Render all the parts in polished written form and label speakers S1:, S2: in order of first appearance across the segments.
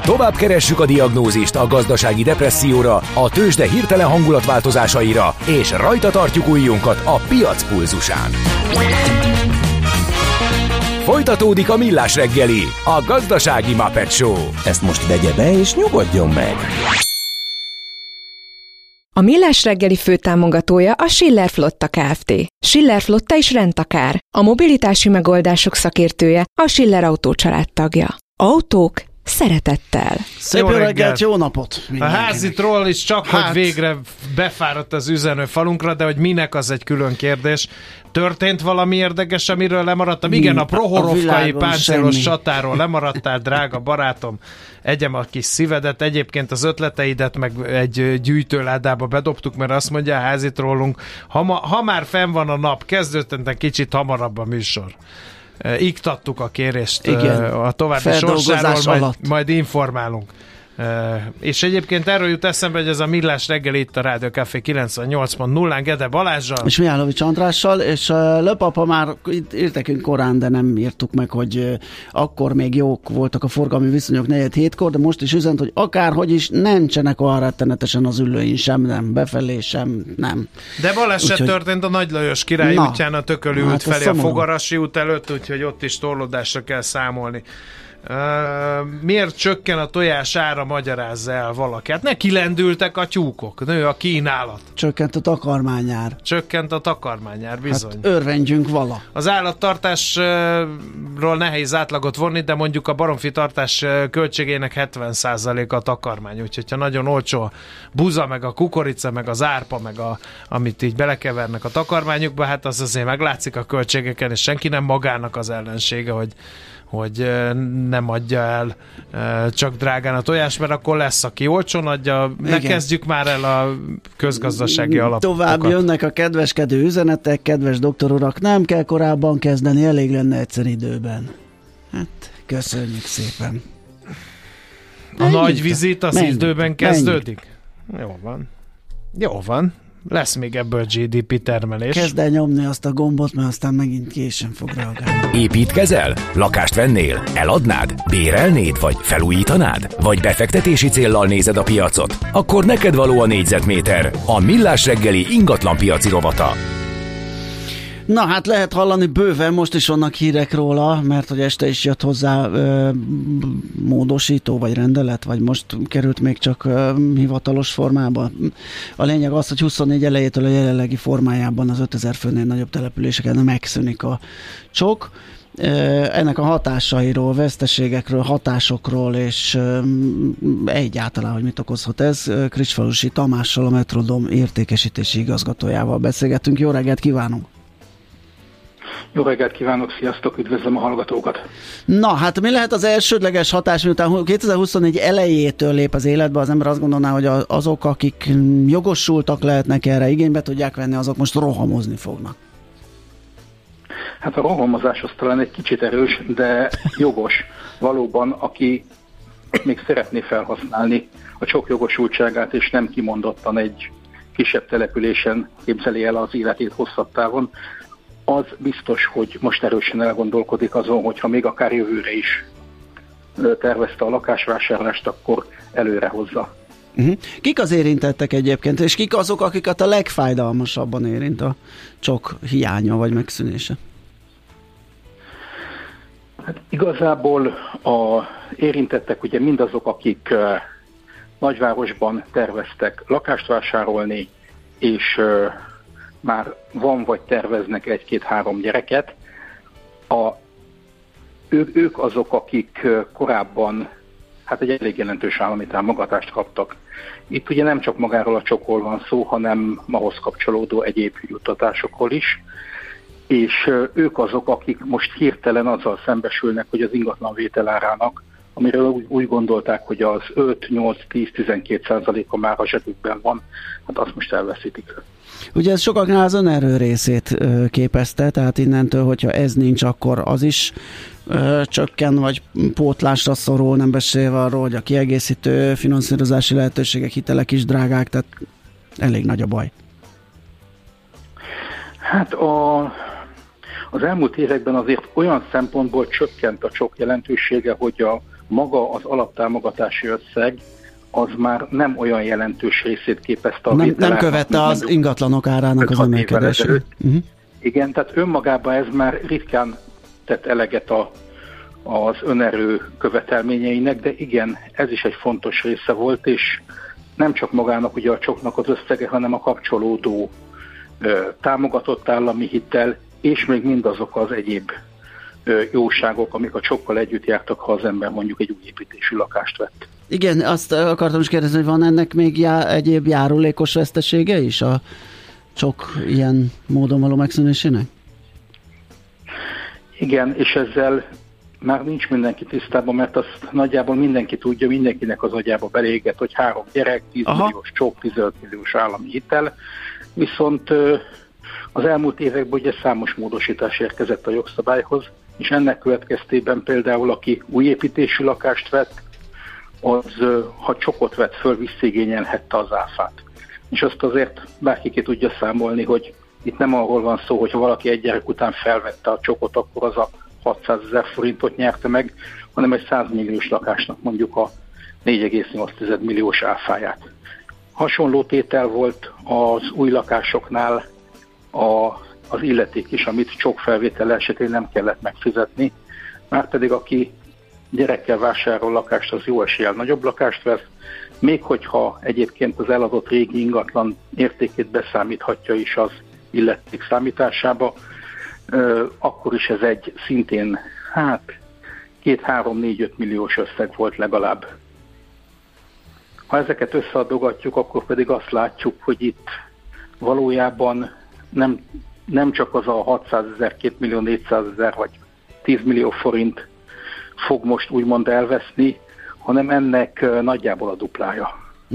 S1: Tovább keressük a diagnózist a gazdasági depresszióra, a tőzsde hirtelen hangulatváltozásaira, és rajta tartjuk ujjunkat a piac pulzusán. Folytatódik a Millás reggeli, a gazdasági Muppet Show.
S2: Ezt most vegye be és nyugodjon meg!
S3: A Millás reggeli főtámogatója a Schiller Flotta Kft. Schiller Flotta is rendtakár. A mobilitási megoldások szakértője, a Schiller Autó család tagja. Autók szeretettel.
S4: Szép jó reggelt, jó napot!
S5: A házitról is csak, hogy végre befáradt az üzenőfalunkra, de hogy minek, az egy külön kérdés. Történt valami érdekes, amiről lemaradtam? Igen, a prohorovkai páncélos csatáról lemaradtál, drága barátom. Egyem a kis szívedet. Egyébként az ötleteidet meg egy gyűjtőládába bedobtuk, mert azt mondja a házitrólunk, ha már fenn van a nap, kezdődten kicsit hamarabb a műsor. Iktattuk a kérést. Igen, a további sorsáról majd informálunk. És egyébként erről jut eszembe, hogy ez a Millás reggeli itt a Rádió Café 98.0-án Gede Balázsral.
S4: És Mihálovics Andrással, és Löpapa már írt nekünk korán, de nem írtuk meg, hogy akkor még jók voltak a forgalmi viszonyok 4-7-kor, de most is üzent, hogy akárhogy is nincsenek olyan rettenetesen az ülőin sem, nem, befelé sem, nem.
S5: De baleset történt a Nagy Lajos Király útján, a Tököli út felé, a Fogarasi út előtt, úgyhogy ott is torlódásra kell számolni. Miért csökken a tojás ára, magyarázza el valaki? Hát ne kilendültek a tyúkok, nő a kínálat.
S4: Csökkent a takarmányár.
S5: Csökkent a takarmányár, bizony.
S4: Hát örvendjünk vala.
S5: Az állattartásról nehéz átlagot vonni, de mondjuk a baromfi tartás költségének 70% a takarmány, úgyhogy ha nagyon olcsó a buza, meg a kukorica, meg az árpa, meg amit így belekevernek a takarmányukba, hát az azért meglátszik a költségeken, és senki nem magának az ellensége, hogy nem adja el csak drágán a tojás, mert akkor lesz, aki olcsón adja. Ne kezdjük már el a közgazdasági alapokat.
S4: Tovább jönnek a kedveskedő üzenetek, kedves doktor urak, nem kell korábban kezdeni, elég lenne egyszer időben. Hát, köszönjük szépen.
S5: A nagy vizit az időben kezdődik? Jó van. Lesz még ebből GDP termelés.
S4: Kezd el nyomni azt a gombot, mert aztán megint későn fog reagálni.
S1: Építkezel? Lakást vennél? Eladnád? Bérelnéd? Vagy felújítanád? Vagy befektetési céllal nézed a piacot? Akkor neked való a négyzetméter. A Millás reggeli ingatlanpiaci rovata.
S4: Na hát lehet hallani bőven, most is vannak hírek róla, mert hogy este is jött hozzá módosító, vagy rendelet, vagy most került még csak hivatalos formában. A lényeg az, hogy 24 elejétől a jelenlegi formájában az 5000 főnél nagyobb településeken megszűnik a csok. Ennek a hatásairól, veszteségekről, hatásokról, és egyáltalán, hogy mit okozhat ez, Krisfalusi Tamással, a Metrodom értékesítési igazgatójával beszélgetünk. Jó reggelt kívánunk!
S6: Jó reggelt kívánok, sziasztok, üdvözlöm a hallgatókat!
S4: Na, hát mi lehet az elsődleges hatás, miután 2024 elejétől lép az életbe, az ember azt gondolná, hogy azok, akik jogosultak lehetnek erre, igénybe tudják venni, azok most rohamozni fognak.
S6: Hát a rohamozás az talán egy kicsit erős, de jogos. Valóban, aki még szeretné felhasználni a csok jogosultságát, és nem kimondottan egy kisebb településen képzeli el az életét hosszabb távon, az biztos, hogy most erősen elgondolkodik azon, hogyha még akár jövőre is tervezte a lakásvásárlást, akkor előre hozza.
S4: Kik az érintettek egyébként, és kik azok, akiket a legfájdalmasabban érint a csok hiánya vagy megszűnése?
S6: Hát igazából a érintettek ugye mindazok, akik nagyvárosban terveztek lakást vásárolni, és már van vagy terveznek 1-2-3 gyereket. Ők azok, akik korábban hát egy elég jelentős állami támogatást kaptak. Itt ugye nem csak magáról a csokról van szó, hanem ahhoz kapcsolódó egyéb juttatásokról is, és ők azok, akik most hirtelen azzal szembesülnek, hogy az ingatlan vételárának, amiről úgy gondolták, hogy az 5-8-10-12%-a már a zsebükben van, hát azt most elveszítik.
S4: Ugye ez sokaknál az önerő részét képezte, tehát innentől, hogyha ez nincs, akkor az is csökken, vagy pótlásra szorul, nem beszélve arról, hogy a kiegészítő finanszírozási lehetőségek, hitelek is drágák, tehát elég nagy a baj.
S6: Hát az elmúlt években azért olyan szempontból csökkent a csok jelentősége, hogy maga az alaptámogatási összeg az már nem olyan jelentős részét képezte a
S4: nem követte az ingatlanok árának az emelkedését.
S6: Igen, tehát önmagában ez már ritkán tett eleget az önerő követelményeinek, de igen, ez is egy fontos része volt, és nem csak magának ugye a csoknak az összege, hanem a kapcsolódó támogatott állami hitel, és még mindazok az egyéb jóságok, amik a csokkal együtt jártak, ha az ember mondjuk egy új építésű lakást vett.
S4: Igen, azt akartam is kérdezni, hogy van ennek még egyéb járulékos vesztesége is a csok ilyen módon való megszűnésének?
S6: Igen, és ezzel már nincs mindenki tisztában, mert azt nagyjából mindenki tudja, mindenkinek az agyába belégett, hogy 3 gyerek, 10 milliós csok, 15 milliós állami hitel, viszont az elmúlt években ugye számos módosítás érkezett a jogszabályhoz, és ennek következtében például, aki új építésű lakást vett, az, ha csokot vett föl, visszaigényelhette az áfát. És azt azért bárki ki tudja számolni, hogy itt nem arról van szó, hogy ha valaki egy gyerek után felvette a csokot, akkor az a 600 000 forintot nyerte meg, hanem egy 100 milliós lakásnak mondjuk a 4,8 milliós áfáját. Hasonló tétel volt az új lakásoknál az illeték is, amit csokfelvétel esetén nem kellett megfizetni, márpedig aki gyerekkel vásárol lakást, az jó eséllyel nagyobb lakást vesz, még hogyha egyébként az eladott régi ingatlan értékét beszámíthatja is az illeték számításába, akkor is ez egy szintén 2-3-4-5 milliós összeg volt legalább. Ha ezeket összeadogatjuk, akkor pedig azt látjuk, hogy itt valójában nem csak az a 600 000, 2 millió 400 000 vagy 10 millió forint fog most úgymond elveszni, hanem ennek nagyjából a duplája.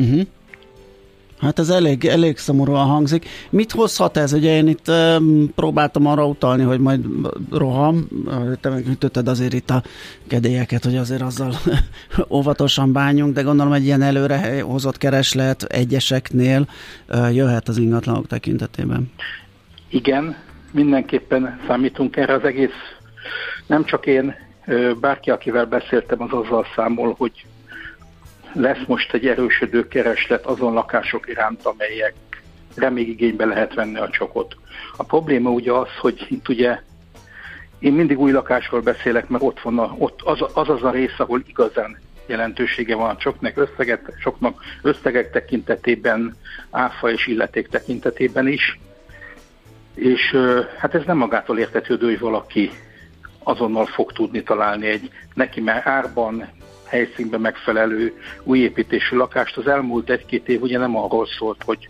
S4: Hát ez elég szomorúan hangzik. Mit hozhat ez? Ugye én itt próbáltam arra utalni, hogy majd roham, te megütötted azért itt a kedélyeket, hogy azért azzal óvatosan bánjunk, de gondolom egy ilyen előre hozott kereslet egyeseknél jöhet az ingatlanok tekintetében.
S6: Igen, mindenképpen számítunk erre. Az egész, nem csak én, bárki, akivel beszéltem, az azzal számol, hogy lesz most egy erősödő kereslet azon lakások iránt, amelyekre még igénybe lehet venni a csokot. A probléma ugye az, hogy itt ugye én mindig új lakásról beszélek, mert ott van az a rész, ahol igazán jelentősége van a csoknak összegek tekintetében, áfa és illeték tekintetében is. És hát ez nem magától értetődő, hogy valaki azonnal fog tudni találni egy neki már árban, helyszínben megfelelő új építésű lakást. Az elmúlt 1-2 év ugye nem arról szólt, hogy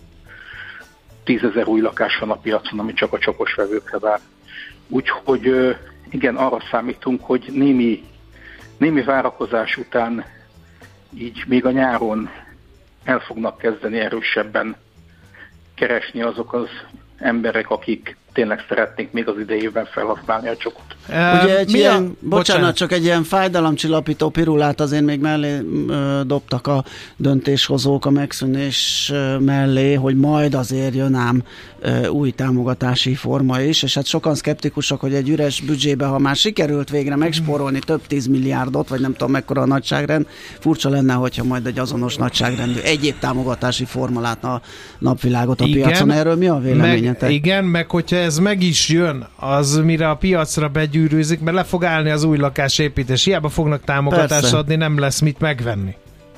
S6: 10 000 új lakás van a piacon, ami csak a csokos vevőkre vár. Úgyhogy igen, arra számítunk, hogy némi várakozás után így még a nyáron el fognak kezdeni erősebben keresni azok az emberek, akik tényleg szeretnék még az idejében felhasználni a csokot.
S4: Ugye csak egy ilyen fájdalomcsillapító pirulát azért még mellé dobtak a döntéshozók a megszűnés mellé, hogy majd azért jön ám új támogatási forma is, és hát sokan szkeptikusak, hogy egy üres büdzsébe, ha már sikerült végre megspórolni több 10 milliárdot, vagy nem tudom mekkora a nagyságrend, furcsa lenne, hogyha majd egy azonos nagyságrendű egyéb támogatási forma látna a napvilágot a piacon. Erről mi a véleményetek?
S5: Igen, meg hogyha ez meg is jön, az mire a piacra begyűrűzik, mert le fog állni az új lakásépítés. Hiába fognak támogatást adni, nem lesz mit megvenni.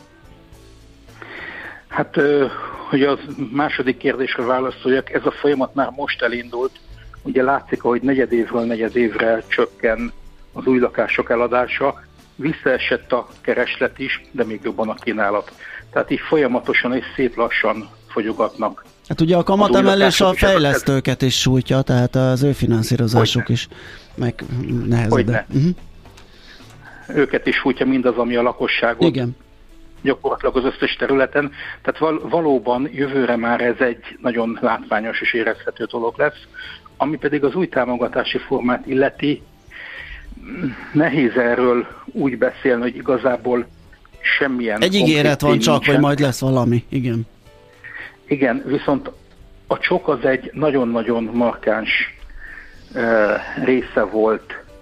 S6: Hát, hogy az második kérdésre válaszoljak, ez a folyamat már most elindult. Ugye látszik, hogy negyedévre csökken az új lakások eladása, visszaesett a kereslet is, de még jobban a kínálat. Tehát így folyamatosan és szép lassan fogyogatnak.
S4: Hát ugye a kamatemelés a fejlesztőket is sújtja, tehát az ő finanszírozásuk is megnehezedett.
S6: Őket is sújtja mindaz, ami a lakosságot.
S4: Igen.
S6: Gyakorlatilag az összes területen. Tehát valóban jövőre már ez egy nagyon látványos és érezhető dolog lesz. Ami pedig az új támogatási formát illeti, nehéz erről úgy beszélni, hogy igazából semmilyen...
S4: Egy ígéret van csak, nincsen. Hogy majd lesz valami. Igen.
S6: Igen, viszont a csok az egy nagyon-nagyon markáns része volt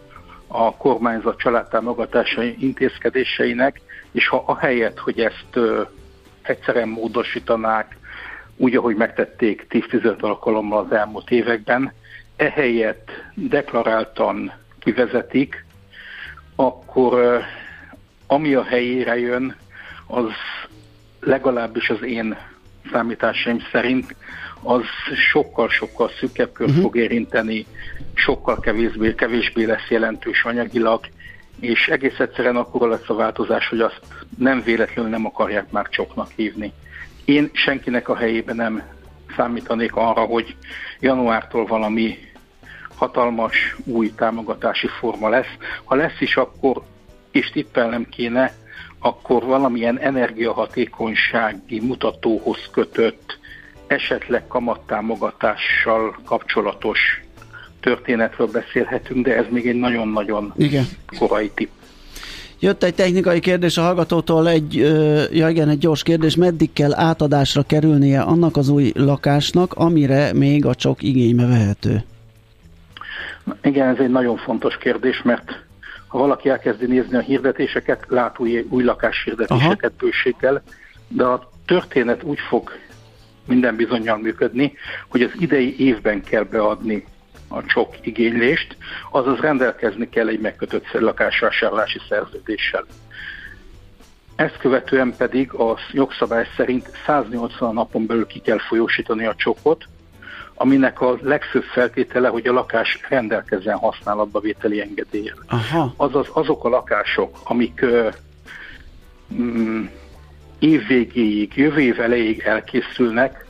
S6: a kormányzat családtámogatási intézkedéseinek, és ha ahelyett, hogy ezt egyszerűen módosítanák, úgy, ahogy megtették 10-15 alkalommal az elmúlt években, ehelyett deklaráltan kivezetik, akkor ami a helyére jön, az legalábbis az én számításaim szerint az sokkal-sokkal szűkebb kört fog érinteni, sokkal kevésbé lesz jelentős anyagilag, és egész egyszerűen akkor lesz a változás, hogy azt nem véletlenül nem akarják már csoknak hívni. Én senkinek a helyében nem számítanék arra, hogy januártól valami hatalmas új támogatási forma lesz. Ha lesz is, akkor, és tippelnem kéne, akkor valamilyen energiahatékonysági mutatóhoz kötött, esetleg kamattámogatással kapcsolatos történetről beszélhetünk, de ez még egy nagyon-nagyon korai tipp.
S4: Jött egy technikai kérdés a hallgatótól, egy gyors kérdés, meddig kell átadásra kerülnie annak az új lakásnak, amire még a csok igénybe vehető?
S6: Igen, ez egy nagyon fontos kérdés, mert ha valaki elkezdi nézni a hirdetéseket, lát új lakáshirdetéseket bőséggel, de a történet úgy fog minden bizonnyal működni, hogy az idei évben kell beadni a csok igénylést, azaz rendelkezni kell egy megkötött lakásvásárlási szerződéssel. Ezt követően pedig a jogszabály szerint 180 napon belül ki kell folyósítani a csokot, aminek a legfőbb feltétele, hogy a lakás rendelkezzen használatba vételi engedéllyel. Azaz azok a lakások, amik év végéig, jövő év elejéig elkészülnek,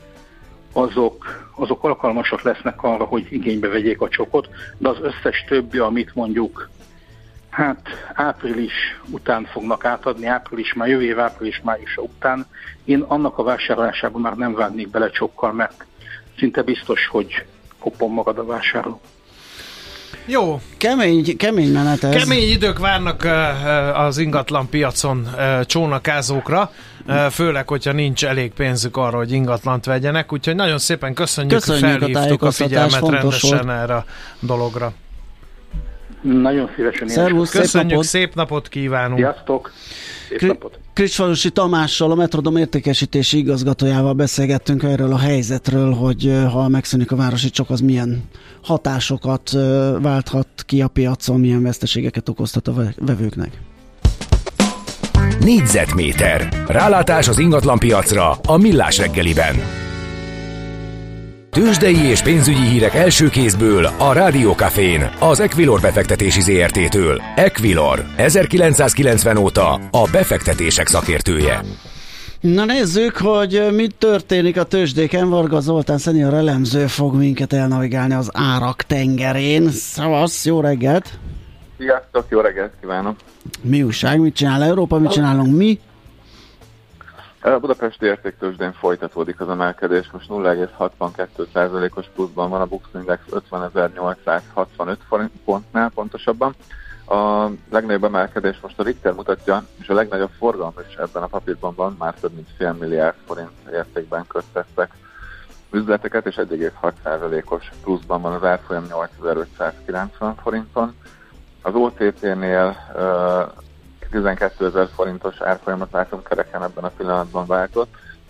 S6: azok alkalmasak lesznek arra, hogy igénybe vegyék a csokot, de az összes többi, amit mondjuk április után fognak átadni, jövő év április-májusa után, én annak a vásárlásában már nem vágnék bele csokkal, mert szinte biztos, hogy kopon marad a vásárló.
S5: Jó.
S4: Kemény menet ez.
S5: Kemény idők várnak az ingatlan piacon csónakázókra, főleg, hogyha nincs elég pénzük arra, hogy ingatlant vegyenek, úgyhogy nagyon szépen köszönjük felhívtuk a figyelmet rendesen erre a dologra.
S6: Nagyon szívesen.
S4: Szervusz,
S5: köszönjük, szép napot kívánunk.
S6: Sziasztok. Szép napot.
S4: Krisfalusi Tamással, a Metrodom értékesítési igazgatójával beszélgettünk erről a helyzetről, hogy ha megszűnik a városi csok, az milyen hatásokat válthat ki a piacon, milyen veszteségeket okozhat a vevőknek.
S1: Négyzetméter. Rálátás az ingatlanpiacra a Millás reggeliben. Tőzsdei és pénzügyi hírek első kézből a Rádiókafén, az Equilor befektetési ZRT-től. Equilor, 1990 óta a befektetések szakértője.
S4: Na nézzük, hogy mit történik a tőzsdéken. Varga Zoltán senior elemző fog minket elnavigálni az árak tengerén. Szavasz, jó reggelt!
S7: Sziasztok, jó reggelt kívánok!
S4: Mi újság, mit csinál Európa, mit csinálunk mi?
S7: A budapesti értéktőzsdén folytatódik az emelkedés, most 0,62%-os pluszban van a Bux Index 50.865 pontnál pontosabban. A legnagyobb emelkedés most a Richter mutatja, és a legnagyobb forgalom is ebben a papírban van, már több mint fél milliárd forint értékben köttettek üzleteket, és 1,6%-os pluszban van az árfolyam 8590 forinton. Az OTP-nél 12.000 forintos árfolyamat látunk kereken ebben a pillanatban váltott,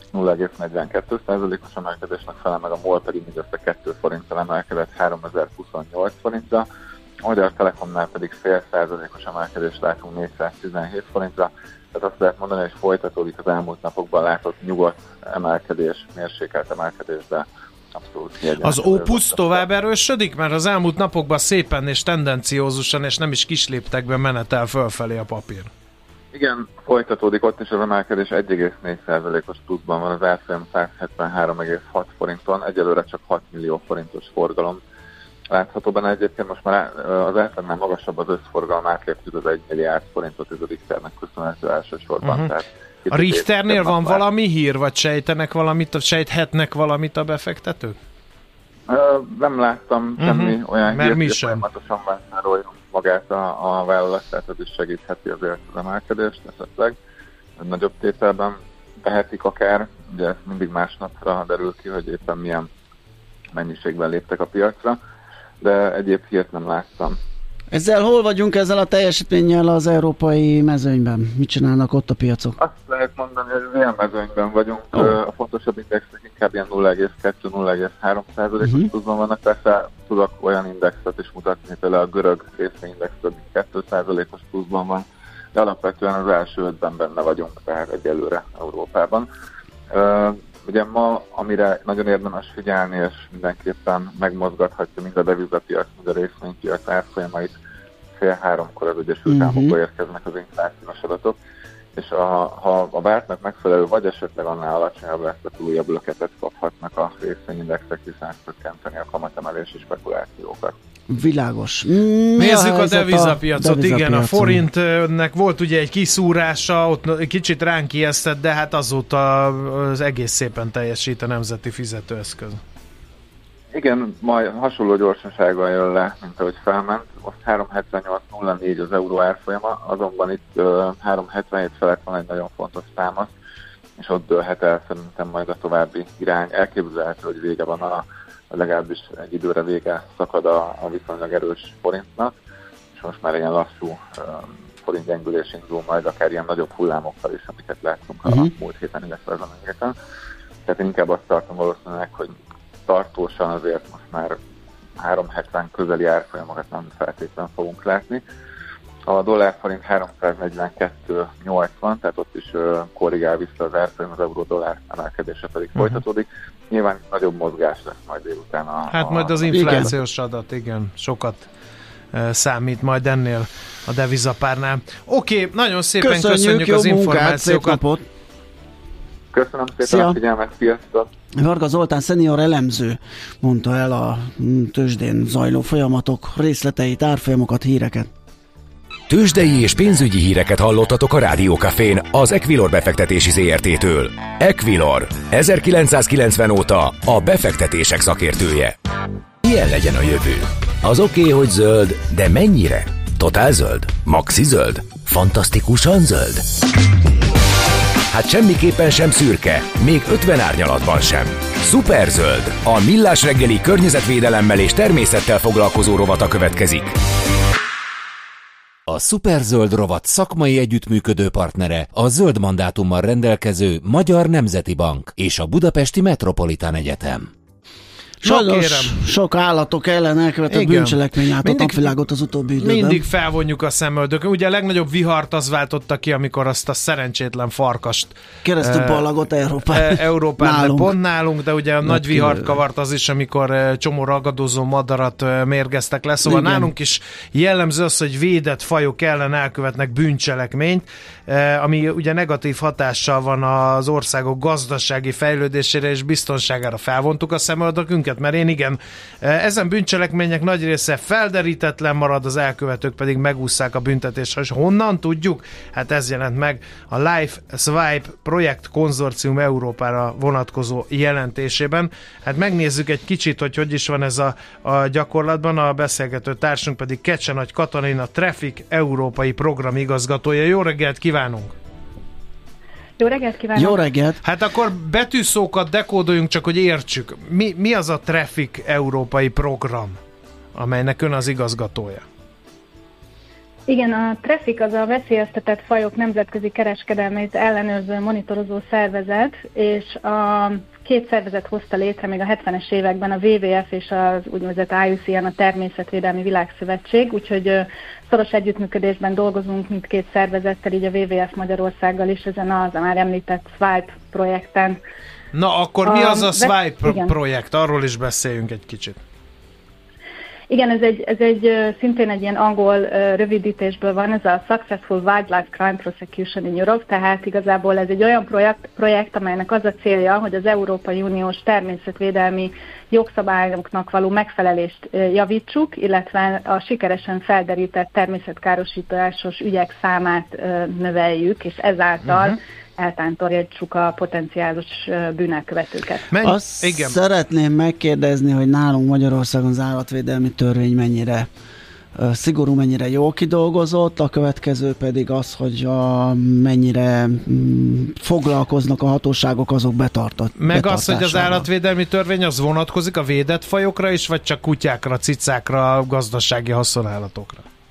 S7: 0,42%-os emelkedésnek felel meg, a MOL pedig mindössze 2 forinttal emelkedett 3028 forintra, a Magyar Telekomnál pedig fél százalékos emelkedést látunk 417 forintra, tehát azt lehet mondani, hogy folytatódik az elmúlt napokban látott nyugodt emelkedés, mérsékelt emelkedés, de abszolút hiányos.
S5: Az Opus tovább erősödik, mert az elmúlt napokban szépen és tendenciózusan és nem is kisléptekben menetel fölfelé a papír.
S7: Igen, folytatódik ott is az emelkedés, 1,4%-os pluszban van az árfolyam 173,6 forinton, egyelőre csak 6 millió forintos forgalom látható benne. Egyébként most már az árfolyammál magasabb az összforgalom, átléptük az 1 milliárd forintot, ez a Richternek köszönhető elsősorban. Tehát
S5: a Richternél van valami hír, vagy sejthetnek valamit a befektetők?
S7: Nem láttam semmi olyan hírt,
S5: hogy
S7: folyamatosan vásároljon magát a vállalat, tehát ez is segítheti azért az emelkedést esetleg. Nagyobb tételben tehetik akár, ugye ez mindig másnapra derül ki, hogy éppen milyen mennyiségben léptek a piacra, de egyéb hírt nem láttam.
S4: Ezzel hol vagyunk ezzel a teljesítménnyel az európai mezőnyben? Mit csinálnak ott a piacok?
S7: Azt lehet mondani, hogy ilyen mezőnyben vagyunk. A fontosabb indexek inkább ilyen 0,2-0,3%-os pluszban vannak. Persze tudok olyan indexet is mutatni, például a görög részvényindex több mint 2%-os pluszban van, de alapvetően az első 5-ben benne vagyunk, tehát egyelőre Európában. Ugye ma, amire nagyon érdemes figyelni, és mindenképpen megmozgathatja mind a devizapiac, mind a részvénypiac árfolyamait, 2:30 az Egyesült Államokból érkeznek az inflációs adatok, és ha a vártnak megfelelő, vagy esetleg annál alacsonyabb lesz, a újabb löketet kaphatnak a részvényindexek, hiszen csökkenteni a kamatemelési spekulációkat.
S4: Világos.
S5: Nézzük a devizapiacot, igen, a forintnek volt ugye egy kiszúrása, ott kicsit ránk ijesztett, de hát azóta az egész szépen teljesít a nemzeti fizetőeszköz.
S7: Igen, majd hasonló gyorsasággal jön le, mint ahogy felment. Most 3,78,04 az euró árfolyama, azonban itt 3,77 felett van egy nagyon fontos támasz, és ott dőlhet el szerintem majd a további irány. Elképzelhető, hogy vége van legalábbis egy időre vége szakad a viszonylag erős forintnak, és most már ilyen lassú forint gyengülés indul majd akár ilyen nagyobb hullámokkal is, amiket láttunk a múlt héten, illetve azon a héten. Tehát inkább azt tartom valószínűleg, hogy tartósan azért most már 3,70 közeli árfolyamokat nem feltétlenül fogunk látni. A dollár-forint 342,80, tehát ott is korrigál vissza az árfolyam, az euró-dollár emelkedése pedig folytatódik. Nyilván nagyobb mozgás lesz majd délután.
S5: Hát majd az inflációs adat, igen, sokat számít majd ennél a devizapárnál. Oké, nagyon szépen köszönjük az információkat.
S7: Köszönöm szépen a figyelmet, sziasztok!
S4: Varga Zoltán szenior elemző mondta el a tőzsdén zajló folyamatok részleteit, árfolyamokat, híreket.
S1: Tőzsdei és pénzügyi híreket hallottatok a Rádió Cafén az Equilor befektetési ZRT-től. Equilor, 1990 óta a befektetések szakértője. Ilyen legyen a jövő. Az oké, hogy zöld, de mennyire? Totál zöld? Maxi zöld? Fantasztikusan zöld? Hát semmiképpen sem szürke, még 50 árnyalatban sem. Szuperzöld, a Millás reggeli környezetvédelemmel és természettel foglalkozó rovata következik.
S2: A Szuperzöld rovat szakmai együttműködő partnere a zöld mandátummal rendelkező Magyar Nemzeti Bank és a Budapesti Metropolitán Egyetem.
S4: Sajnos sok állatok ellen elkövetett bűncselekmény át a napvilágot az utóbbi időben.
S5: Mindig felvonjuk a szemöldökön. Ugye a legnagyobb vihart az váltotta ki, amikor azt a szerencsétlen farkast
S4: keresztül ballagott
S5: Európán pont nálunk, de ugye a nagy vihart kavart az is, amikor csomó ragadozó madarat mérgeztek le. Szóval nálunk is jellemző az, hogy védett fajok ellen elkövetnek bűncselekményt, ami ugye negatív hatással van az országok gazdasági fejlődésére és biztonságára. Felvontuk a szemöldökünket, mert ezen bűncselekmények nagy része felderítetlen marad, az elkövetők pedig megússzák a büntetést. És honnan tudjuk? Hát ez jelent meg a Life Swipe projekt konzorcium Európára vonatkozó jelentésében. Hát megnézzük egy kicsit, hogy is van ez a gyakorlatban. A beszélgető társunk pedig Kecse-Nagy Katalin, a Traffic európai program igazgatója. Jó reggelt kívánunk!
S8: Jó reggelt kívánok!
S4: Jó reggelt!
S5: Hát akkor betűszókat dekódoljunk, csak hogy értsük. Mi az a Traffic európai program, amelynek ön az igazgatója?
S8: Igen, a Traffic az a veszélyeztetett fajok nemzetközi kereskedelmét ellenőrző monitorozó szervezet, és a két szervezet hozta létre még a 70-es években a WWF és az úgynevezett IUCN, a Természetvédelmi Világszövetség, úgyhogy szoros együttműködésben dolgozunk mindkét szervezettel, így a WWF Magyarországgal is ezen az már említett Swipe projekten.
S5: Na, akkor mi az a Swipe projekt? Arról is beszéljünk egy kicsit.
S8: Igen, ez egy szintén egy ilyen angol rövidítésből van, ez a Successful Wildlife Crime Prosecution in Europe, tehát igazából ez egy olyan projekt, amelynek az a célja, hogy az Európai Uniós természetvédelmi jogszabályoknak való megfelelést javítsuk, illetve a sikeresen felderített természetkárosításos ügyek számát növeljük, és ezáltal eltántorítsuk a potenciális bűnelkövetőket.
S4: Igen. Szeretném megkérdezni, hogy nálunk Magyarországon az állatvédelmi törvény mennyire szigorú, mennyire jól kidolgozott, a következő pedig az, hogy mennyire foglalkoznak a hatóságok azok
S5: Meg az, hogy az állatvédelmi törvény az vonatkozik a védett fajokra is, vagy csak kutyákra, cicákra, gazdasági haszonállatokra?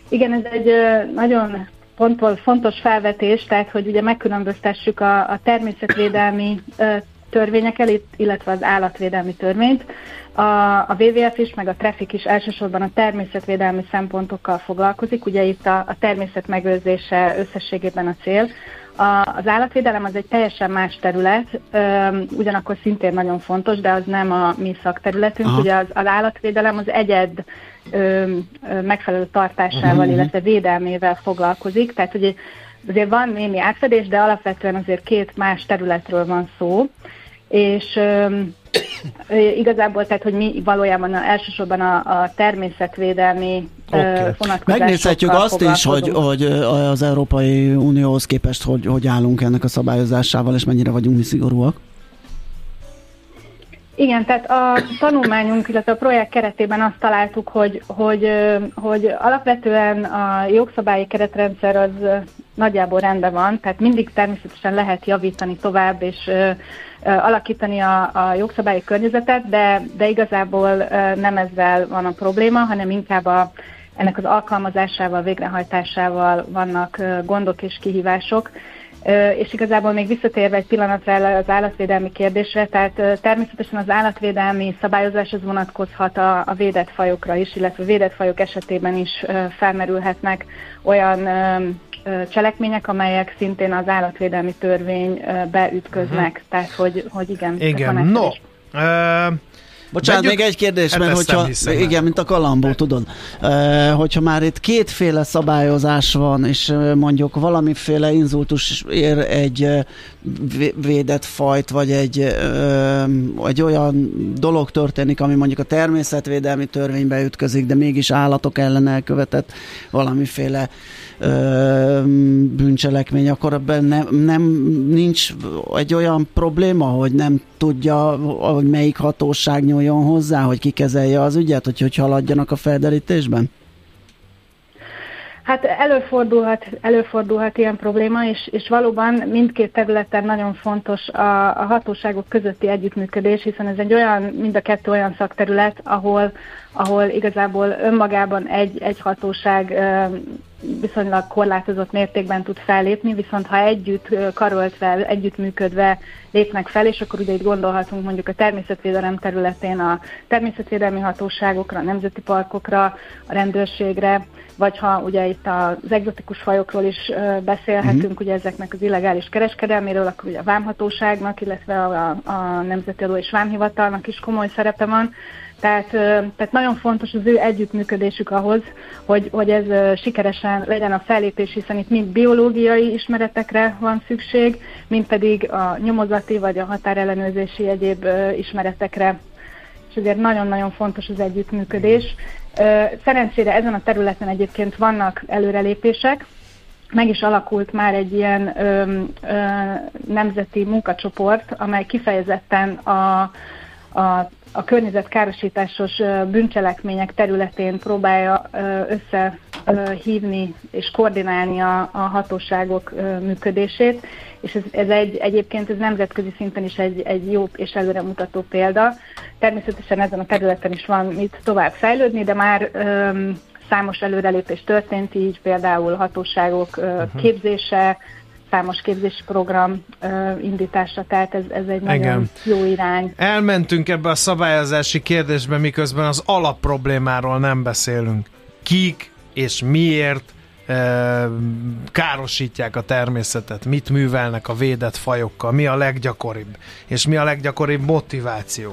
S8: Igen, ez egy nagyon fontos felvetés, tehát hogy ugye megkülönböztessük a természetvédelmi törvényeket, illetve az állatvédelmi törvényt. A WWF is, meg a Traffic is elsősorban a természetvédelmi szempontokkal foglalkozik, ugye itt a természet megőrzése összességében a cél. Az állatvédelem az egy teljesen más terület, ugyanakkor szintén nagyon fontos, de az nem a mi szakterületünk. Aha. Ugye az állatvédelem az egyed megfelelő tartásával, illetve védelmével foglalkozik, tehát ugye azért van némi átfedés, de alapvetően azért két más területről van szó, és igazából, tehát, hogy mi valójában elsősorban a természetvédelmi vonatkozásokkal
S4: megnézhetjük azt is, hogy az Európai Unióhoz képest hogy állunk ennek a szabályozásával, és mennyire vagyunk mi szigorúak.
S8: Igen, tehát a tanulmányunk, illetve a projekt keretében azt találtuk, hogy alapvetően a jogszabályi keretrendszer az nagyjából rendben van, tehát mindig természetesen lehet javítani tovább, és alakítani a jogszabályi környezetet, de igazából nem ezzel van a probléma, hanem inkább ennek az alkalmazásával, végrehajtásával vannak gondok és kihívások. És igazából még visszatérve egy pillanatra az állatvédelmi kérdésre, tehát természetesen az állatvédelmi szabályozás az vonatkozhat a védett fajokra is, illetve védett fajok esetében is felmerülhetnek olyan cselekmények, amelyek szintén az állatvédelmi törvénybe ütköznek. Tehát, hogy igen.
S5: Igen,
S4: Bocsánat, még egy kérdés, mert hogyha, igen, mint a Kalambó, tudod, hogyha már itt kétféle szabályozás van, és mondjuk valamiféle inzultus ér egy védett fajt, vagy egy olyan dolog történik, ami mondjuk a természetvédelmi törvénybe ütközik, de mégis állatok ellen elkövetett valamiféle bűncselekmény, akkor ebben nincs egy olyan probléma, hogy nem tudja, hogy melyik hatóság nyúljon hozzá, hogy kikezelje az ügyet, hogy haladjanak a felderítésben?
S8: Hát előfordulhat ilyen probléma, és valóban mindkét területen nagyon fontos a hatóságok közötti együttműködés, hiszen ez mind a kettő olyan szakterület, ahol igazából önmagában egy hatóság viszonylag korlátozott mértékben tud fellépni, viszont ha együtt karöltve, együttműködve lépnek fel, és akkor ugye itt gondolhatunk mondjuk a természetvédelem területén a természetvédelmi hatóságokra, a nemzeti parkokra, a rendőrségre, vagy ha ugye itt az egzotikus fajokról is beszélhetünk, ugye ezeknek az illegális kereskedelméről, akkor ugye a vámhatóságnak, illetve a Nemzeti Adó és Vámhivatalnak is komoly szerepe van. Tehát nagyon fontos az ő együttműködésük ahhoz, hogy ez sikeresen legyen a fellépés, hiszen itt mind biológiai ismeretekre van szükség, mind pedig a nyomozati vagy a határellenőrzési egyéb ismeretekre. És ezért nagyon-nagyon fontos az együttműködés. Szerencsére ezen a területen egyébként vannak előrelépések, meg is alakult már egy ilyen nemzeti munkacsoport, amely kifejezetten a környezetkárosításos bűncselekmények területén próbálja összehívni és koordinálni a hatóságok működését, és egyébként ez nemzetközi szinten is egy jó és előremutató példa. Természetesen ezen a területen is van mit tovább fejlődni, de már számos előrelépés történt, így például hatóságok képzése, számos képzési program indítása, tehát ez egy nagyon jó irány.
S5: Elmentünk ebbe a szabályozási kérdésbe, miközben az alapproblémáról nem beszélünk. Kik és miért károsítják a természetet, mit művelnek a védett fajokkal, mi a leggyakoribb, és mi a leggyakoribb motiváció?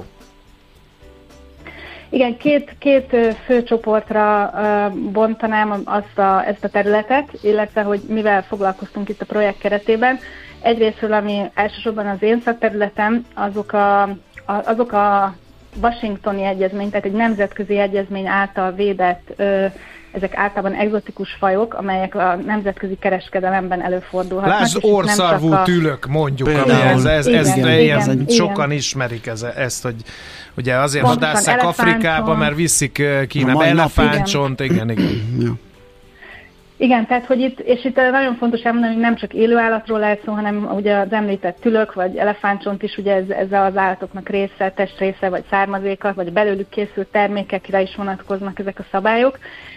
S8: Igen, két fő csoportra bontanám ezt a területet, illetve hogy mivel foglalkoztunk itt a projekt keretében. Egyrésztről, ami elsősorban az én szakterületem, azok a Washingtoni egyezmény, tehát egy nemzetközi egyezmény által védett, ezek általában egzotikus fajok, amelyek a nemzetközi kereskedelemben előfordulhatnak.
S5: Lásd, orrszarvú tülök, mondjuk, igen, sokan ismerik ezt, hogy ugye azért vadásszák Afrikába, mert viszik Kínába, elefántcsont, igen.
S8: Igen, tehát hogy itt nagyon fontos elmondani, hogy nem csak élő állatról lehet szó, hanem ugye az említett tülök vagy elefántcsont is, ugye ez az állatoknak testrésze, vagy származéka, vagy belőlük készült termékekre is vonatkoznak ezek a szabályok,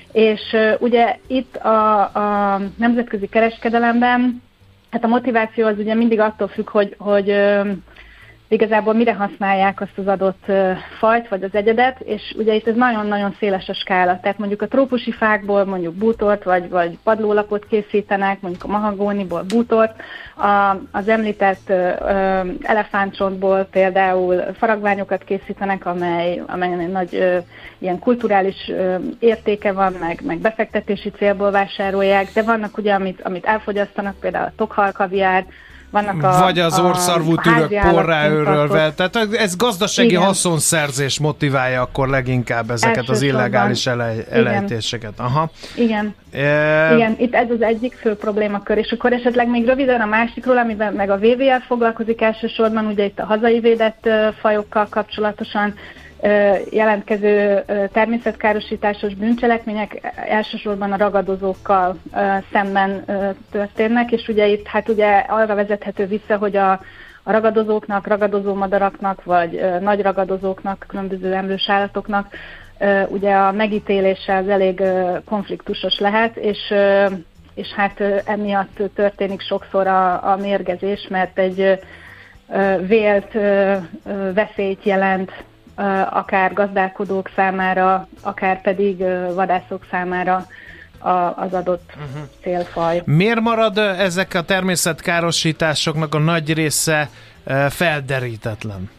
S8: És ugye itt a nemzetközi kereskedelemben, hát a motiváció az ugye mindig attól függ, hogy igazából mire használják azt az adott fajt, vagy az egyedet, és ugye itt ez nagyon-nagyon széles a skála. Tehát mondjuk a trópusi fákból mondjuk bútort, vagy padlólapot készítenek, mondjuk a mahagóniból bútort, az említett elefántcsontból például faragványokat készítenek, amelyen nagy ilyen kulturális értéke van, meg befektetési célból vásárolják, de vannak ugye, amit elfogyasztanak, például a tokhal kaviár,
S5: vagy az orrszarvú türök porrá örölve. Tehát ez gazdasági haszonszerzés motiválja akkor leginkább ezeket az illegális elejtéseket. Aha.
S8: Igen. Igen, itt ez az egyik fő problémakör, és akkor esetleg még röviden a másikról, amiben meg a WWF foglalkozik elsősorban, ugye itt a hazai védett fajokkal kapcsolatosan jelentkező természetkárosításos bűncselekmények elsősorban a ragadozókkal szemben történnek, és ugye itt hát ugye arra vezethető vissza, hogy a ragadozóknak, ragadozó madaraknak, vagy nagy ragadozóknak, különböző emlős állatoknak ugye a megítélése az elég konfliktusos lehet, és hát emiatt történik sokszor a mérgezés, mert egy vélt veszélyt jelent akár gazdálkodók számára, akár pedig vadászok számára az adott célfaj.
S5: Miért marad ezek a természetkárosításoknak a nagy része felderítetlen?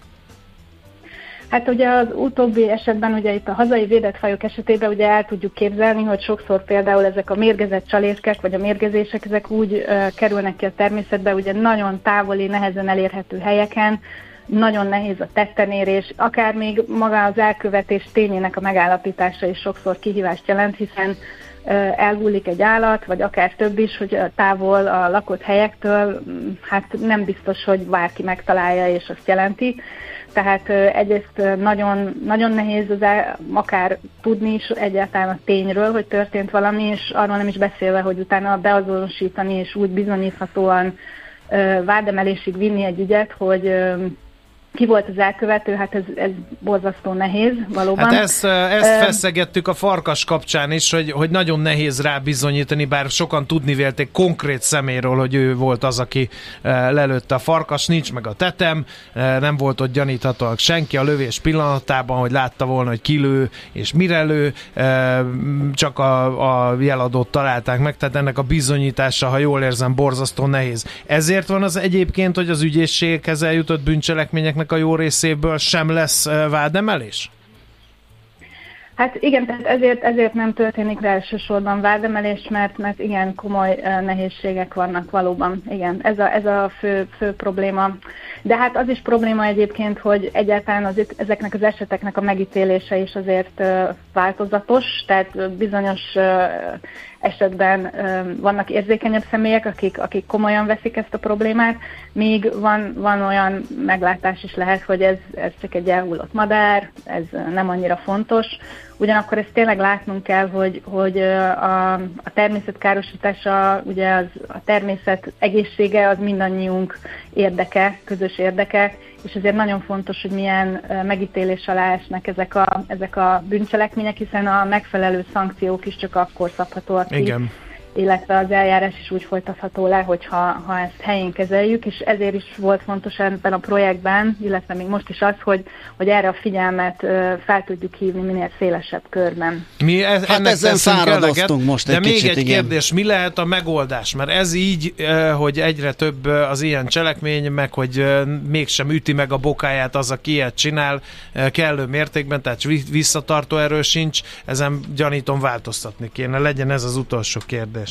S8: Hát ugye az utóbbi esetben, ugye itt a hazai védett fajok esetében ugye el tudjuk képzelni, hogy sokszor például ezek a mérgezett csaléskek, vagy a mérgezések, ezek úgy kerülnek ki a természetbe, ugye nagyon távoli, nehezen elérhető helyeken, nagyon nehéz a tettenérés, akár még maga az elkövetés tényének a megállapítása is sokszor kihívást jelent, hiszen elhullik egy állat, vagy akár több is, hogy távol a lakott helyektől, hát nem biztos, hogy bárki megtalálja, és azt jelenti. Tehát egyrészt nagyon, nagyon nehéz akár tudni is egyáltalán a tényről, hogy történt valami, és arról nem is beszélve, hogy utána beazonosítani, és úgy bizonyíthatóan vádemelésig vinni egy ügyet, hogy ki volt az elkövető, hát ez borzasztó nehéz, valóban.
S5: Hát ezt feszegettük a farkas kapcsán is, hogy nagyon nehéz rá bizonyítani, bár sokan tudni vélték konkrét szeméről, hogy ő volt az, aki lelőtte a farkas, nincs meg a tetem, nem volt ott gyaníthatóan senki a lövés pillanatában, hogy látta volna, hogy kilő és mire lő, csak a jeladót találták meg, tehát ennek a bizonyítása, ha jól érzem, borzasztó nehéz. Ezért van az egyébként, hogy az ügyészséghez eljutott bűncselekményeknek a jó részéből sem lesz vádemelés?
S8: Hát igen, tehát ezért nem történik rá elsősorban vádemelés, mert igen, komoly nehézségek vannak valóban. Igen, ez a fő probléma. De hát az is probléma egyébként, hogy egyáltalán ezeknek az eseteknek a megítélése is azért változatos, tehát bizonyos esetben vannak érzékenyebb személyek, akik komolyan veszik ezt a problémát, míg van olyan meglátás is lehet, hogy ez csak egy elhullott madár, ez nem annyira fontos. Ugyanakkor ezt tényleg látnunk kell, hogy a természet károsutása, ugye a természet egészsége az mindannyiunk érdeke, közös érdeke, és ezért nagyon fontos, hogy milyen megítélés alá esnek ezek a bűncselekmények, hiszen a megfelelő szankciók is csak akkor szabhatóak ki.
S5: Igen.
S8: Illetve az eljárás is úgy folytatható le, hogyha ezt helyén kezeljük, és ezért is volt fontos ebben a projektben, illetve még most is az, hogy erre a figyelmet fel tudjuk hívni minél szélesebb körben.
S5: Mi ennek
S4: ezen száradoztunk most
S5: de
S4: egy
S5: még
S4: kicsit,
S5: egy kérdés, mi lehet a megoldás? Mert ez így, hogy egyre több az ilyen cselekmény, meg hogy mégsem üti meg a bokáját az, aki ilyet csinál kellő mértékben, tehát visszatartó erő sincs, ezen gyanítom változtatni kéne. Legyen ez az utolsó kérdés.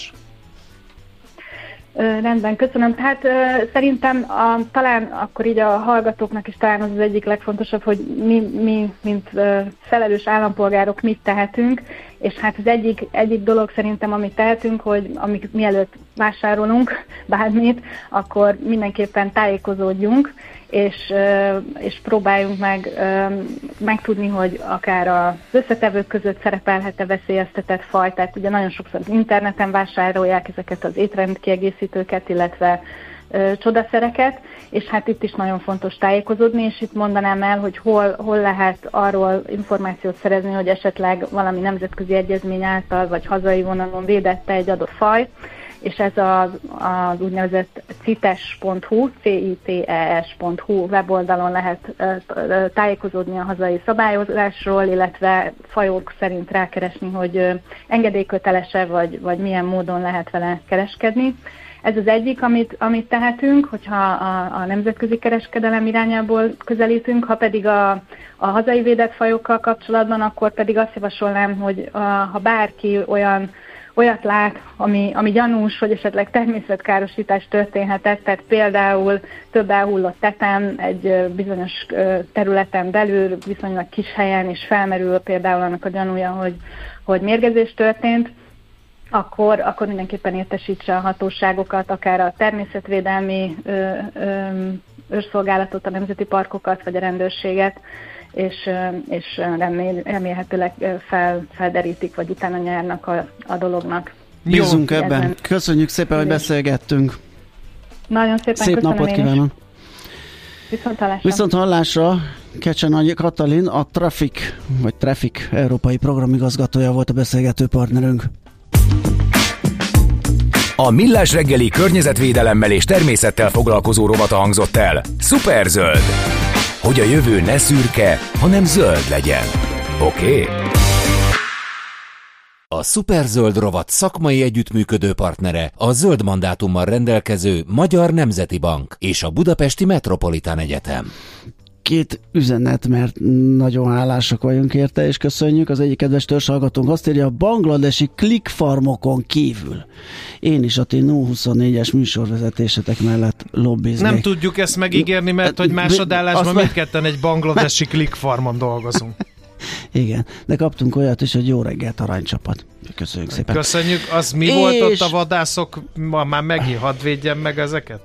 S8: Rendben, köszönöm. Hát szerintem talán akkor így a hallgatóknak is talán az egyik legfontosabb, hogy mi mint felelős állampolgárok mit tehetünk, és hát az egyik dolog szerintem, amit tehetünk, hogy mielőtt vásárolunk bármit, akkor mindenképpen tájékozódjunk, és próbáljunk meg tudni, hogy akár az összetevők között szerepelhet-e veszélyeztetett faj, tehát ugye nagyon sokszor az interneten vásárolják ezeket az étrendkiegészítőket, illetve csodaszereket, és hát itt is nagyon fontos tájékozódni, és itt mondanám el, hogy hol lehet arról információt szerezni, hogy esetleg valami nemzetközi egyezmény által, vagy hazai vonalon védette egy adott faj, és ez az úgynevezett CITES.hu, CITES.hu weboldalon lehet tájékozódni a hazai szabályozásról, illetve fajok szerint rákeresni, hogy engedélyköteles-e, vagy milyen módon lehet vele kereskedni. Ez az egyik, amit tehetünk, hogyha a nemzetközi kereskedelem irányából közelítünk, ha pedig a hazai védett fajokkal kapcsolatban, akkor pedig azt javasolnám, hogy ha bárki olyat lát, ami gyanús, hogy esetleg természetkárosítás történhetett, tehát például több elhullott tetem egy bizonyos területen belül, viszonylag kis helyen, és felmerül például annak a gyanúja, hogy mérgezés történt, akkor mindenképpen értesítse a hatóságokat, akár a természetvédelmi őrszolgálatot, a nemzeti parkokat, vagy a rendőrséget, és remélhetőleg felderítik, vagy utána nyernek a dolognak.
S4: Bízunk ebben. Köszönjük szépen, hogy beszélgettünk.
S8: Nagyon szépen
S4: szép
S8: köszönöm.
S4: Napot kívánok. Viszont hallásra. Kecsen Katalin, a Traffic európai programigazgatója volt a beszélgető partnerünk.
S1: A Millás reggeli környezetvédelemmel és természettel foglalkozó rovata hangzott el. Szuperzöld! Hogy a jövő ne szürke, hanem zöld legyen. Oké?
S2: A Szuperzöld rovat szakmai együttműködő partnere a zöld mandátummal rendelkező Magyar Nemzeti Bank és a Budapesti Metropolitán Egyetem.
S4: 2 üzenet, mert nagyon hálásak vagyunk érte, és köszönjük. Az egyik kedves törzshallgatónk azt írja, a bangladesi klikfarmokon kívül én is a ti 024-es műsorvezetésetek mellett lobbiznék.
S5: Nem tudjuk ezt megígérni, mert hogy másodállásban mindketten egy bangladesi klikfarmon dolgozunk.
S4: Igen, de kaptunk olyat is, hogy jó reggelt aranycsapat. Köszönjük szépen.
S5: Köszönjük. Az mi volt ott a vadászok? Már megint hadd védjem meg ezeket?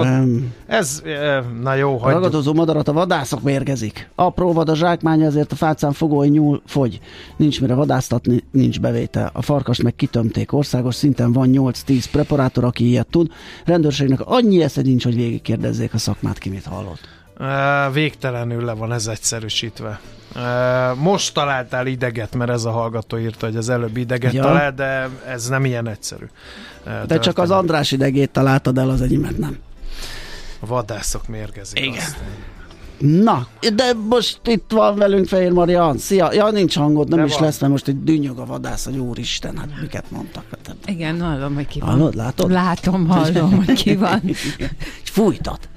S5: Na jó, hagyjuk.
S4: Ragadozó madarat a vadászok mérgezik. Apró vad a zsákmány, ezért a fácán fogói nyúl fogy. Nincs mire vadásztatni, nincs bevétel. A farkast meg kitömték. Országos szinten van 8-10 preparátor, aki ilyet tud. Rendőrségnek annyi esze nincs, hogy végigkérdezzék a szakmát, ki mit hallott.
S5: Végtelenül le van ez egyszerűsítve. Most találtál ideget, mert ez a hallgató írta, hogy az előbb ideget talált, de ez nem ilyen egyszerű.
S4: De csak az András idegét találtad el, az enyémet nem.
S5: A vadászok mérgezik.
S4: Igen. Na, de most itt van velünk Fehér Marian. Szia! Ja, nincs hangod, nem de is van. Lesz, mert most egy dünnyög a vadász, hogy úristen, hát miket mondtak.
S9: Igen, hallom, hogy ki van.
S4: Hallod, látod?
S9: Látom, hallom, hogy ki van.
S4: Fújtat.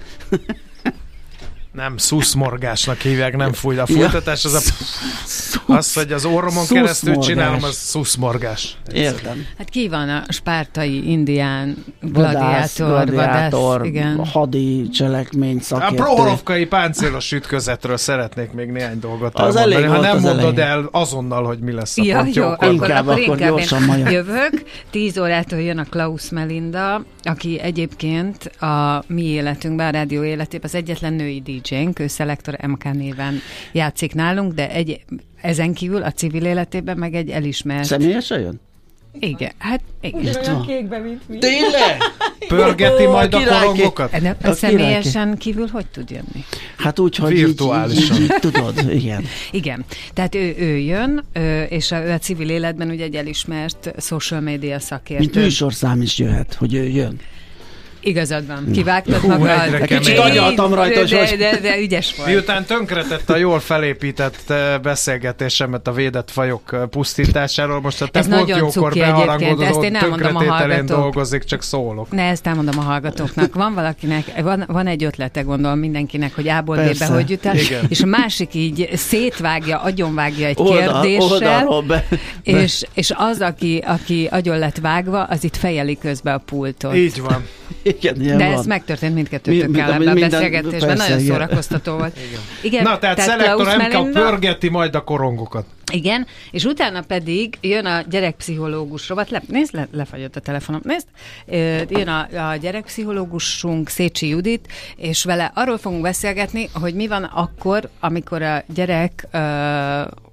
S5: Nem, szuszmorgásnak hívják, nem fúj. A fújtatás az, hogy az orromon keresztül csinálom, az szuszmorgás.
S4: Értem.
S9: Hát ki van a spártai indián gladiátor,
S4: igen. Hadi cselekmény szakértő.
S5: A prohorovkai páncélos ütközetről szeretnék még néhány dolgot elmondani. Ha nem mondod el azonnal, hogy mi lesz a pontjókor.
S4: Inkább gyorsan majd
S9: jövök. 10 órától jön a Klaus Melinda, aki egyébként a mi életünkben, a rádió életében az egyetlen női DJ-nk, ő Szelektor MK néven játszik nálunk, de ezen kívül a civil életében meg egy elismert...
S4: Személyesen jön?
S9: Igen, hát igen.
S4: Olyan
S9: kékbe, mint mi.
S4: Tényleg?
S5: Pörgeti majd a korongokat?
S9: A személyesen kívül hogy tud jönni?
S4: Hát úgy, hogy
S5: virtuálisan.
S4: Így, tudod, igen.
S9: Igen, tehát ő jön, és ő a civil életben ugye egy elismert social media szakértő.
S4: Mint műsorszám is jöhet, hogy ő jön.
S9: Igazad van, kivágtad magad.
S4: Kicsit agyaltam rajta,
S9: de ügyes vagy.
S5: Miután tönkretette a jól felépített beszélgetésemet a védett fajok pusztításáról, most a te pontjókor beharangodó tönkretételén dolgozik, csak szólok.
S9: Ne, ezt elmondom a hallgatóknak. Van valakinek, van egy ötlete, gondolom mindenkinek, hogy A-ból B-be hogy jut el, és a másik így szétvágja, agyonvágja egy kérdéssel, és az, aki agyon lett vágva, az itt fejeli közbe a pultot.
S5: Így van.
S4: Igen,
S9: de ez megtörtént mindkettőtökkel ebben a beszélgetésben. Nagyon szórakoztató volt.
S5: Igen, na, tehát Szelektor MK pörgeti majd a korongokat.
S9: Igen, és utána pedig jön a gyerekpszichológus rovat. Nézd, lefagyott a telefonom. Nézd, jön a gyerekpszichológusunk, Szécsi Judit, és vele arról fogunk beszélgetni, hogy mi van akkor, amikor a gyerek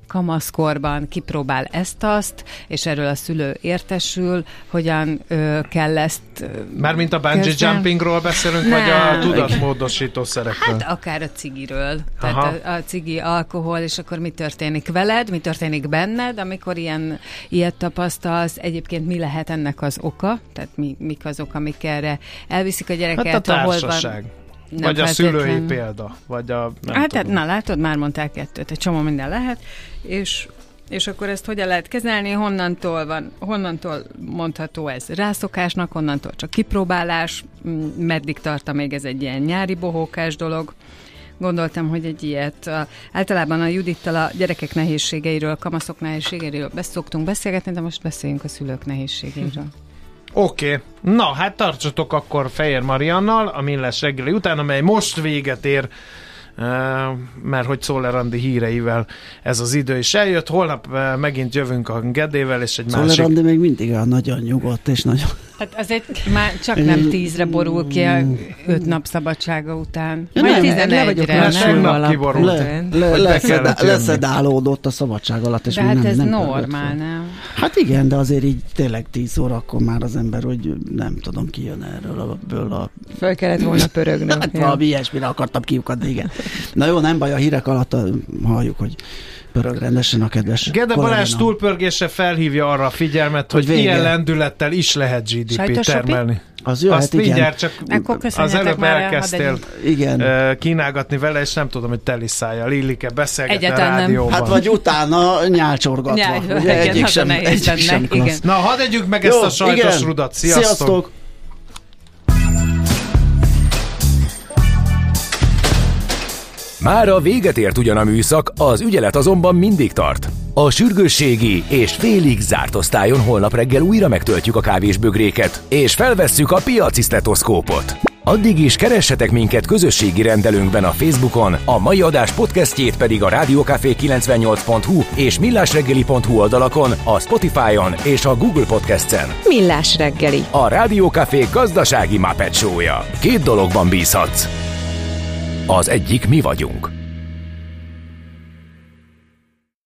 S9: kamaszkorban kipróbál ezt-azt, és erről a szülő értesül, hogyan kell ezt...
S5: Mármint a bungee jumpingról beszélünk, vagy a tudatmódosító szerekről?
S9: Hát akár a cigiről. Tehát a cigi, alkohol, és akkor mi történik veled, mi történik benned, amikor ilyet tapasztalsz, egyébként mi lehet ennek az oka, tehát mik azok, amik erre elviszik a gyereket.
S5: Hát a társaság. Vagy a szülői példa. Vagy a,
S9: na látod, már mondták kettőt, egy csomó minden lehet, és akkor ezt hogyan lehet kezelni, honnantól mondható ez rászokásnak, honnantól csak kipróbálás, meddig tart még ez egy ilyen nyári bohókás dolog. Gondoltam, hogy egy ilyet. Általában a Judittal a gyerekek nehézségeiről, kamaszok nehézségeiről szoktunk beszélgetni, de most beszéljünk a szülők nehézségeiről.
S5: Oké. Na, hát tartsatok akkor Fejér Mariannal a Millás reggeli után, amely most véget ér, mert hogy Czoller Andi híreivel ez az idő is eljött. Holnap megint jövünk a Gedével, és egy másik...
S4: Czoller Andi még mindig nagyon nyugodt, és nagyon...
S9: Hát azért már csak nem 10-re borul ki a 5 nap szabadsága után.
S4: Ja,
S9: majd
S5: 11-re. Tegnap kiborult.
S4: Leszedálódott a szabadság alatt. És
S9: de hát ez normál, nem?
S4: Hát igen, de azért így tényleg 10 órakor már az ember, hogy nem tudom, ki jön erről a...
S9: Föl kellett volna pörögnöm.
S4: Hát valami ilyesmire akartam kiukadni, igen. Na jó, nem baj, a hírek alatt halljuk, hogy pörög rendesen a kedves
S5: Gede Balázs túlpörgése felhívja arra a figyelmet, hogy ilyen lendülettel is lehet GDP termelni.
S4: Az jöhet,
S5: azt mindjárt, csak az előbb elkezdtél kínálgatni vele, és nem tudom, hogy teli szájjal Illike beszélgetni a rádióban.
S4: Hát vagy utána nyálcsorgatva. Egyik sem klassz.
S5: Na, hadd együk meg ezt a sajtos rudat. Sziasztok!
S1: Mára véget ért ugyan a műszak, az ügyelet azonban mindig tart. A sürgősségi és félig zárt osztályon holnap reggel újra megtöltjük a kávésbögréket, és felvesszük a piaci sztetoszkópot. Addig is keressetek minket közösségi rendelőnkben a Facebookon, a mai adás podcastjét pedig a rádiókafé98.hu és millásreggeli.hu oldalakon, a Spotify-on és a Google Podcast-en.
S3: Millás reggeli.
S1: A Rádiókafé gazdasági Muppet Show-ja. 2 dologban bízhatsz. Az egyik mi vagyunk.